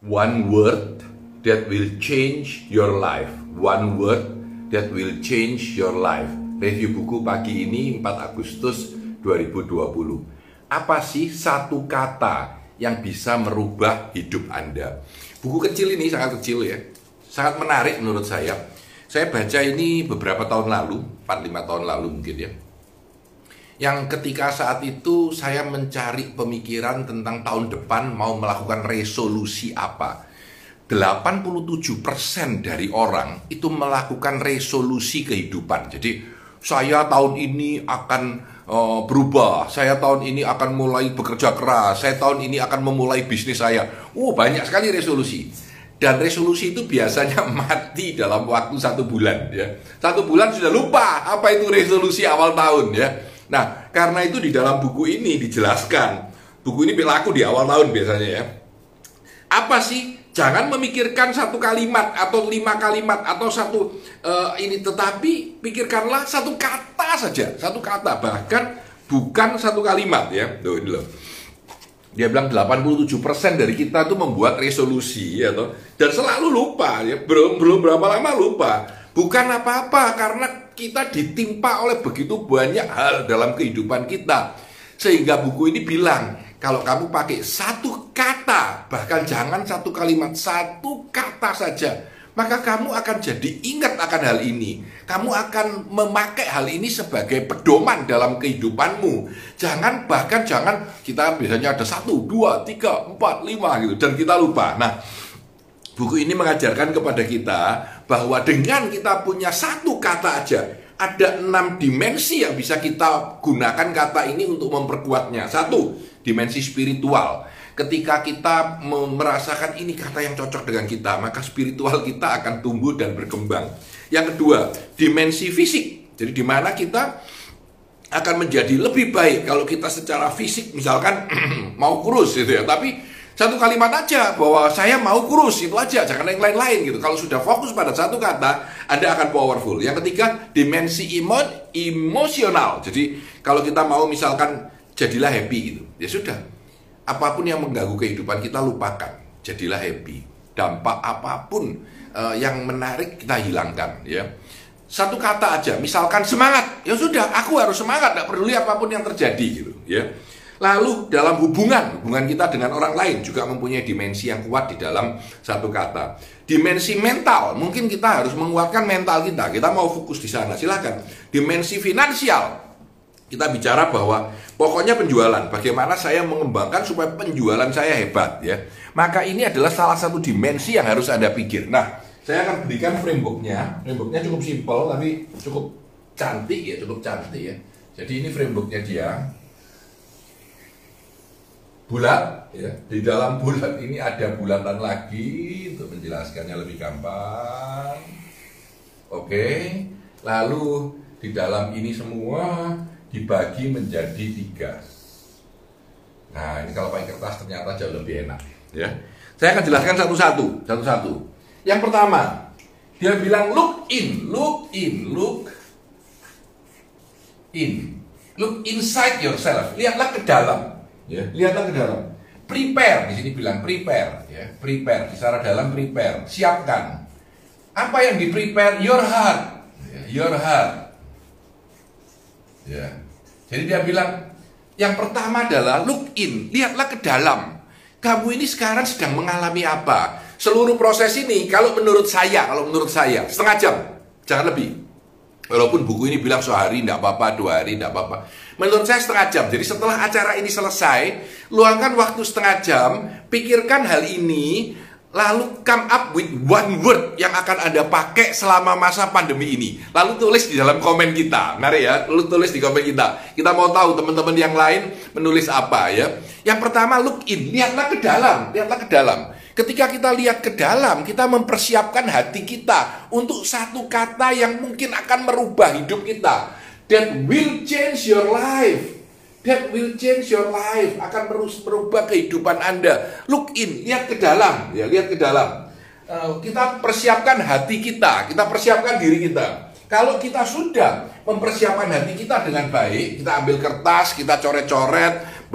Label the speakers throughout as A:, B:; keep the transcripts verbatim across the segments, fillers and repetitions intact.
A: One word that will change your life. One word that will change your life. Review buku pagi ini empat Agustus dua ribu dua puluh. Apa sih satu kata yang bisa merubah hidup Anda? Buku kecil ini sangat kecil ya. Sangat menarik menurut saya. Saya baca ini beberapa tahun lalu, empat lima tahun lalu mungkin ya. Yang ketika saat itu saya mencari pemikiran tentang tahun depan mau melakukan resolusi apa. delapan puluh tujuh persen dari orang itu melakukan resolusi kehidupan. Jadi saya tahun ini akan uh, berubah, saya tahun ini akan mulai bekerja keras, saya tahun ini akan memulai bisnis saya. Oh, banyak sekali resolusi. Dan resolusi itu biasanya mati dalam waktu satu bulan ya. Satu bulan sudah lupa apa itu resolusi awal tahun ya. Nah, karena itu di dalam buku ini dijelaskan. Buku ini berlaku di awal tahun biasanya ya. Apa sih? Jangan memikirkan satu kalimat atau lima kalimat atau satu uh, ini, tetapi pikirkanlah satu kata saja, satu kata, bahkan bukan satu kalimat ya. Tuh, ini loh. Dia bilang delapan puluh tujuh persen dari kita tuh membuat resolusi ya toh, dan selalu lupa ya. Belum belum berapa lama lupa. Bukan apa-apa, karena kita ditimpa oleh begitu banyak hal dalam kehidupan kita. Sehingga buku ini bilang, kalau kamu pakai satu kata, bahkan jangan satu kalimat, satu kata saja, maka kamu akan jadi ingat akan hal ini. Kamu akan memakai hal ini sebagai pedoman dalam kehidupanmu. Jangan, bahkan jangan, kita biasanya ada satu, dua, tiga, empat, lima gitu, dan kita lupa. Nah, buku ini mengajarkan kepada kita bahwa dengan kita punya satu kata aja, ada enam dimensi yang bisa kita gunakan kata ini untuk memperkuatnya. Satu, dimensi spiritual. Ketika kita merasakan ini kata yang cocok dengan kita, maka spiritual kita akan tumbuh dan berkembang. Yang kedua, dimensi fisik. Jadi di mana kita akan menjadi lebih baik kalau kita secara fisik misalkan mau kurus gitu ya, tapi satu kalimat aja bahwa saya mau kurus, itu aja, jangan yang lain-lain gitu. Kalau sudah fokus pada satu kata, Anda akan powerful. Yang ketiga, dimensi emo emosional. Jadi kalau kita mau misalkan jadilah happy gitu, ya sudah. Apapun yang mengganggu kehidupan kita lupakan, jadilah happy. Dampak apapun uh, yang menarik kita hilangkan ya. Satu kata aja, misalkan semangat, ya sudah, aku harus semangat, tidak peduli apapun yang terjadi gitu ya. Lalu dalam hubungan, hubungan kita dengan orang lain juga mempunyai dimensi yang kuat di dalam satu kata. Dimensi mental, mungkin kita harus menguatkan mental kita. Kita mau fokus di sana, silakan. Dimensi finansial, kita bicara bahwa pokoknya penjualan, bagaimana saya mengembangkan supaya penjualan saya hebat ya. Maka ini adalah salah satu dimensi yang harus Anda pikir. Nah, saya akan berikan frameworknya. Frameworknya cukup simpel tapi cukup cantik ya, cukup cantik ya. Jadi ini frameworknya dia. Bulat ya. Di dalam bulat ini ada bulatan lagi untuk menjelaskannya lebih gampang. Oke. Lalu di dalam ini semua dibagi menjadi tiga. Nah, ini kalau pakai kertas ternyata jauh lebih enak ya. Saya akan jelaskan satu-satu, satu-satu. Yang pertama, dia bilang look in, look in, look in. Look inside yourself. Lihatlah ke dalam. Ya, lihatlah ke dalam. Prepare, di sini bilang prepare, ya, prepare. Di secara dalam prepare, siapkan. Apa yang di prepare? Your heart, ya, your heart. Ya. Jadi dia bilang, yang pertama adalah look in, lihatlah ke dalam. Kamu ini sekarang sedang mengalami apa? Seluruh proses ini, kalau menurut saya, kalau menurut saya, setengah jam, jangan lebih. Walaupun buku ini bilang sehari tidak apa-apa, dua hari tidak apa-apa. Menurut saya setengah jam. Jadi setelah acara ini selesai, luangkan waktu setengah jam, pikirkan hal ini, lalu come up with one word yang akan Anda pakai selama masa pandemi ini. Lalu tulis di dalam komen kita. Mari ya, lalu tulis di komen kita. Kita mau tahu teman-teman yang lain menulis apa ya. Yang pertama, look in, lihatlah ke dalam, lihatlah ke dalam. Ketika kita lihat ke dalam, kita mempersiapkan hati kita untuk satu kata yang mungkin akan merubah hidup kita. That will change your life. That will change your life. Akan merubah kehidupan Anda. Look in, lihat ke dalam. Ya, lihat ke dalam. Uh, kita persiapkan hati kita. Kita persiapkan diri kita. Kalau kita sudah mempersiapkan hati kita dengan baik, kita ambil kertas, kita coret-coret,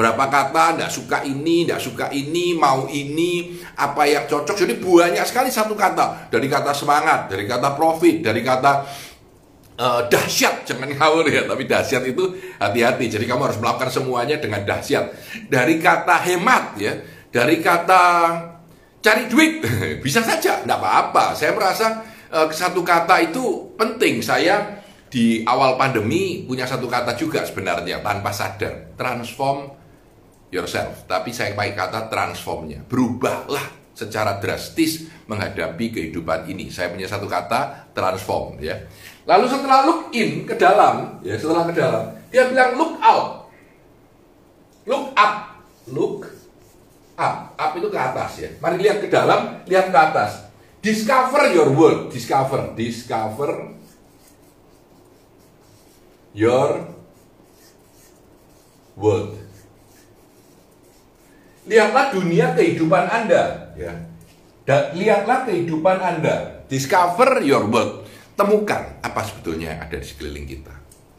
A: Berapa kata, tidak suka ini, tidak suka ini, mau ini, apa yang cocok. Jadi banyak sekali satu kata. Dari kata semangat, dari kata profit, dari kata uh, dahsyat. Jangan ngawur ya, tapi dahsyat itu hati-hati. Jadi kamu harus melakukan semuanya dengan dahsyat. Dari kata hemat ya, dari kata cari duit, bisa saja, tidak apa-apa. Saya merasa uh, satu kata itu penting. Saya di awal pandemi punya satu kata juga sebenarnya tanpa sadar, transform yourself. Tapi saya pakai kata transformnya, berubahlah secara drastis menghadapi kehidupan ini. Saya punya satu kata transform ya. Lalu setelah look in ke dalam, ya setelah ke dalam, dia bilang look out, look up, look up, up itu ke atas ya. Mari lihat ke dalam, lihat ke atas. Discover your world, discover, discover your world. Lihatlah dunia kehidupan Anda ya. Dan lihatlah kehidupan Anda. Discover your world. Temukan apa sebetulnya yang ada di sekeliling kita.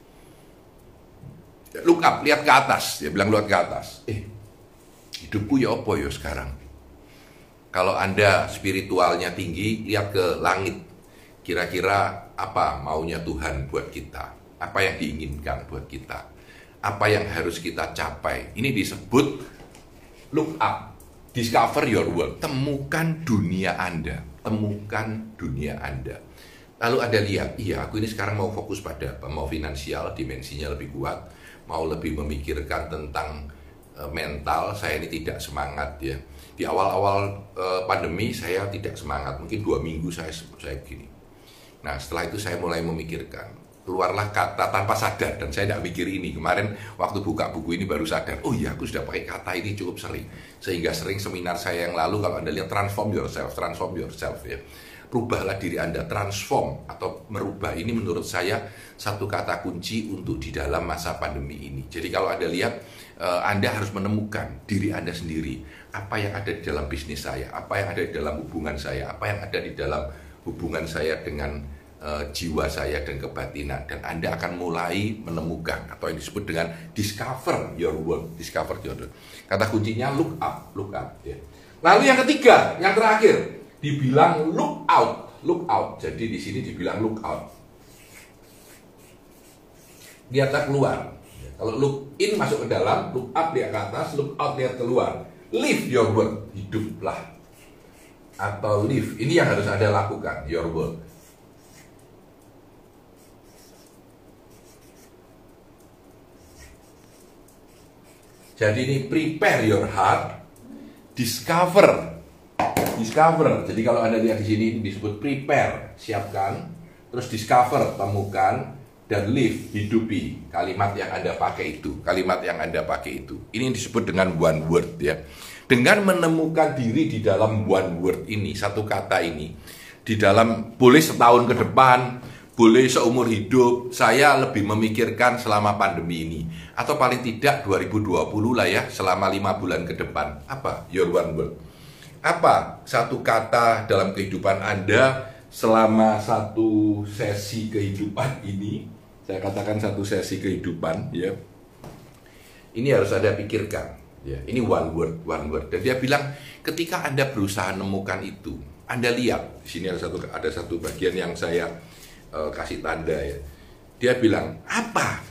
A: Look up, lihat ke atas. Dia bilang lihat ke atas. Eh, hidupku ya apa ya sekarang? Kalau Anda spiritualnya tinggi, lihat ke langit. Kira-kira apa maunya Tuhan buat kita? Apa yang diinginkan buat kita, apa yang harus kita capai. Ini disebut look up, discover your world. Temukan dunia Anda, temukan dunia Anda. Lalu Anda lihat, iya aku ini sekarang mau fokus pada apa? Mau finansial, dimensinya lebih kuat, mau lebih memikirkan tentang uh, mental. Saya ini tidak semangat ya. Di awal-awal uh, pandemi saya tidak semangat, mungkin dua minggu saya saya begini. Nah setelah itu saya mulai memikirkan, keluarlah kata tanpa sadar, dan saya tidak mikir ini. Kemarin waktu buka buku ini baru sadar, oh iya aku sudah pakai kata ini cukup sering. Sehingga sering seminar saya yang lalu, kalau Anda lihat transform yourself, transform yourself ya. Rubahlah diri Anda, transform atau merubah. Ini menurut saya satu kata kunci untuk di dalam masa pandemi ini. Jadi kalau Anda lihat, Anda harus menemukan diri Anda sendiri. Apa yang ada di dalam bisnis saya, apa yang ada di dalam hubungan saya, apa yang ada di dalam hubungan saya dengan Uh, jiwa saya dan kebatinan, dan Anda akan mulai menemukan atau yang disebut dengan discover your world, discover your world. Kata kuncinya look up, look up ya. Lalu yang ketiga, yang terakhir, dibilang look out, look out. Jadi di sini dibilang look out. Lihatlah keluar. Kalau look in masuk ke dalam, look up lihat ke atas, look out lihat keluar. Live your world, hiduplah atau live. Ini yang harus Anda lakukan, your world. Jadi ini prepare your heart, discover, discover. Jadi kalau Anda lihat di sini disebut prepare, siapkan, terus discover, temukan, dan live, hidupi. Kalimat yang Anda pakai itu, kalimat yang Anda pakai itu. Ini yang disebut dengan one word ya. Dengan menemukan diri di dalam one word ini, satu kata ini, di dalam boleh setahun ke depan, boleh seumur hidup, saya lebih memikirkan selama pandemi ini. Atau paling tidak dua ribu dua puluh lah ya, selama lima bulan ke depan. Apa? Your one word. Apa satu kata dalam kehidupan Anda selama satu sesi kehidupan ini? Saya katakan satu sesi kehidupan ya. Ini harus Anda pikirkan ya. Ini one word, one word. Dan dia bilang ketika Anda berusaha menemukan itu, Anda lihat di sini ada satu ada satu bagian yang saya uh, kasih tanda ya. Dia bilang, apa?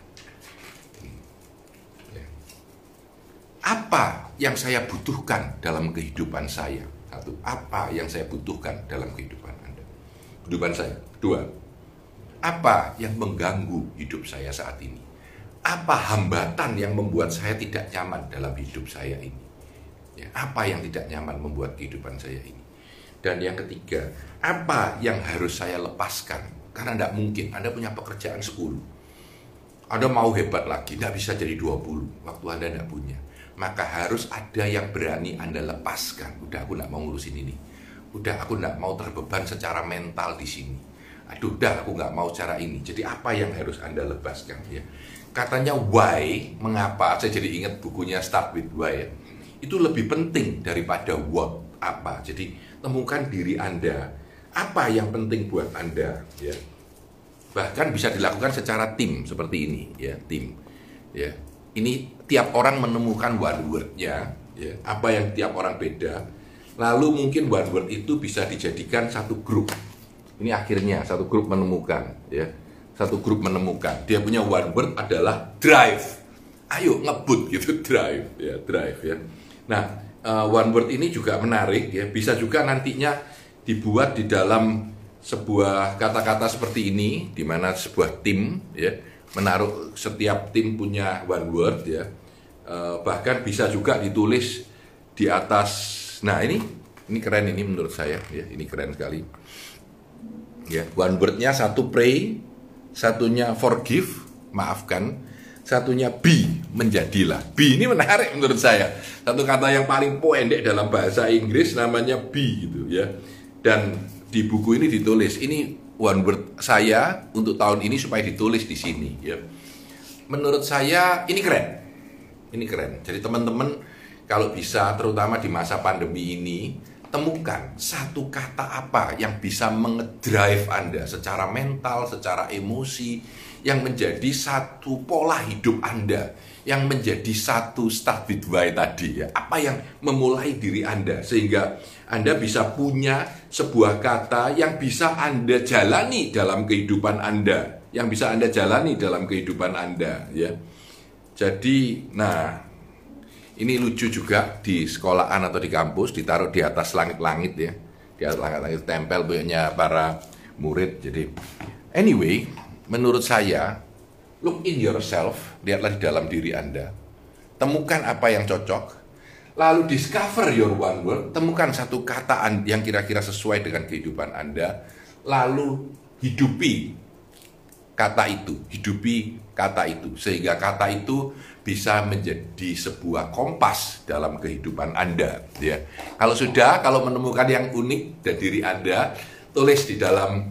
A: Apa yang saya butuhkan dalam kehidupan saya? Satu, apa yang saya butuhkan dalam kehidupan Anda? Kehidupan saya. Dua, apa yang mengganggu hidup saya saat ini? Apa hambatan yang membuat saya tidak nyaman dalam hidup saya ini? Ya, apa yang tidak nyaman membuat kehidupan saya ini? Dan yang ketiga, apa yang harus saya lepaskan? Karena tidak mungkin Anda punya pekerjaan sepuluh. Anda mau hebat lagi, tidak bisa jadi dua puluh. Waktu Anda tidak punya. Maka harus ada yang berani Anda lepaskan. Udah aku nggak mau ngurusin ini. Udah aku nggak mau terbeban secara mental di sini. Aduh, udah aku nggak mau cara ini. Jadi apa yang harus Anda lepaskan ya? Katanya why, mengapa? Saya jadi ingat bukunya Start with Why ya. Itu lebih penting daripada what, apa. Jadi temukan diri Anda. Apa yang penting buat Anda ya? Bahkan bisa dilakukan secara tim seperti ini ya, tim ya. Ini tiap orang menemukan one word-nya, ya, apa yang tiap orang beda. Lalu mungkin one word itu bisa dijadikan satu grup. Ini akhirnya satu grup menemukan, ya. Satu grup menemukan. Dia punya one word adalah drive. Ayo ngebut gitu, drive, ya, drive, ya. Nah, uh, one word ini juga menarik, ya. Bisa juga nantinya dibuat di dalam sebuah kata-kata seperti ini, di mana sebuah tim, ya, menaruh setiap tim punya one word, ya. Uh, bahkan bisa juga ditulis di atas. Nah, ini ini keren, ini menurut saya, ya, ini keren sekali. Ya, one word-nya satu pray, satunya forgive, maafkan, satunya be, menjadilah. Be ini menarik menurut saya. Satu kata yang paling pendek dalam bahasa Inggris namanya be gitu, ya. Dan di buku ini ditulis, ini one word saya untuk tahun ini supaya ditulis di sini, ya. Menurut saya ini keren. Ini keren. Jadi teman-teman kalau bisa, terutama di masa pandemi ini, temukan satu kata apa yang bisa mengedrive Anda secara mental, secara emosi, yang menjadi satu pola hidup Anda, yang menjadi satu start with why tadi, ya. Apa yang memulai diri Anda sehingga Anda bisa punya sebuah kata yang bisa Anda jalani dalam kehidupan Anda, yang bisa Anda jalani dalam kehidupan Anda, ya. Jadi, nah, ini lucu juga di sekolahan atau di kampus, ditaruh di atas langit-langit, ya. Di atas langit-langit, tempel punya para murid. Jadi, anyway, menurut saya, look in yourself, lihatlah di dalam diri Anda. Temukan apa yang cocok, lalu discover your one word, temukan satu kata yang kira-kira sesuai dengan kehidupan Anda, lalu hidupi kata itu, hidupi kata itu, sehingga kata itu bisa menjadi sebuah kompas dalam kehidupan Anda, ya. Kalau sudah, kalau menemukan yang unik dari diri Anda, tulis di dalam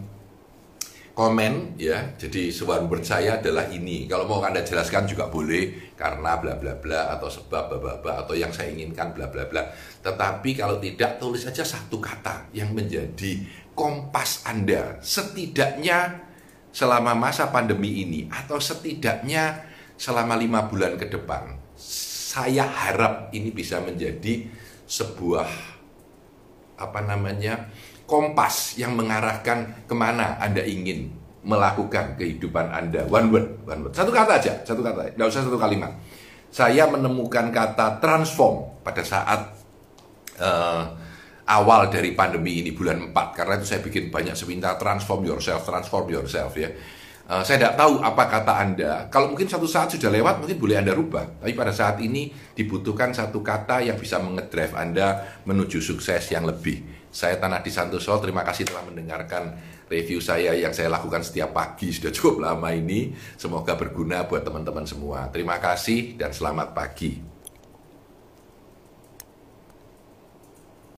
A: komen, ya. Jadi one word saya adalah ini. Kalau mau Anda jelaskan juga boleh, karena bla bla bla atau sebab bla bla bla atau yang saya inginkan bla bla bla. Tetapi kalau tidak, tulis saja satu kata yang menjadi kompas Anda setidaknya selama masa pandemi ini, atau setidaknya selama lima bulan ke depan. Saya harap ini bisa menjadi sebuah apa namanya kompas yang mengarahkan kemana Anda ingin melakukan kehidupan Anda. One word, one word. Satu kata aja, satu kata, nggak usah satu kalimat. Saya menemukan kata transform pada saat uh, awal dari pandemi ini, bulan empat. Karena itu saya bikin banyak seminar transform yourself, transform yourself, ya. Uh, saya tidak tahu apa kata Anda. Kalau mungkin satu saat sudah lewat, mungkin boleh Anda rubah. Tapi pada saat ini dibutuhkan satu kata yang bisa mengedrive Anda menuju sukses yang lebih. Saya Tanah di Santoso, terima kasih telah mendengarkan review saya yang saya lakukan setiap pagi sudah cukup lama ini. Semoga berguna buat teman-teman semua. Terima kasih dan selamat pagi.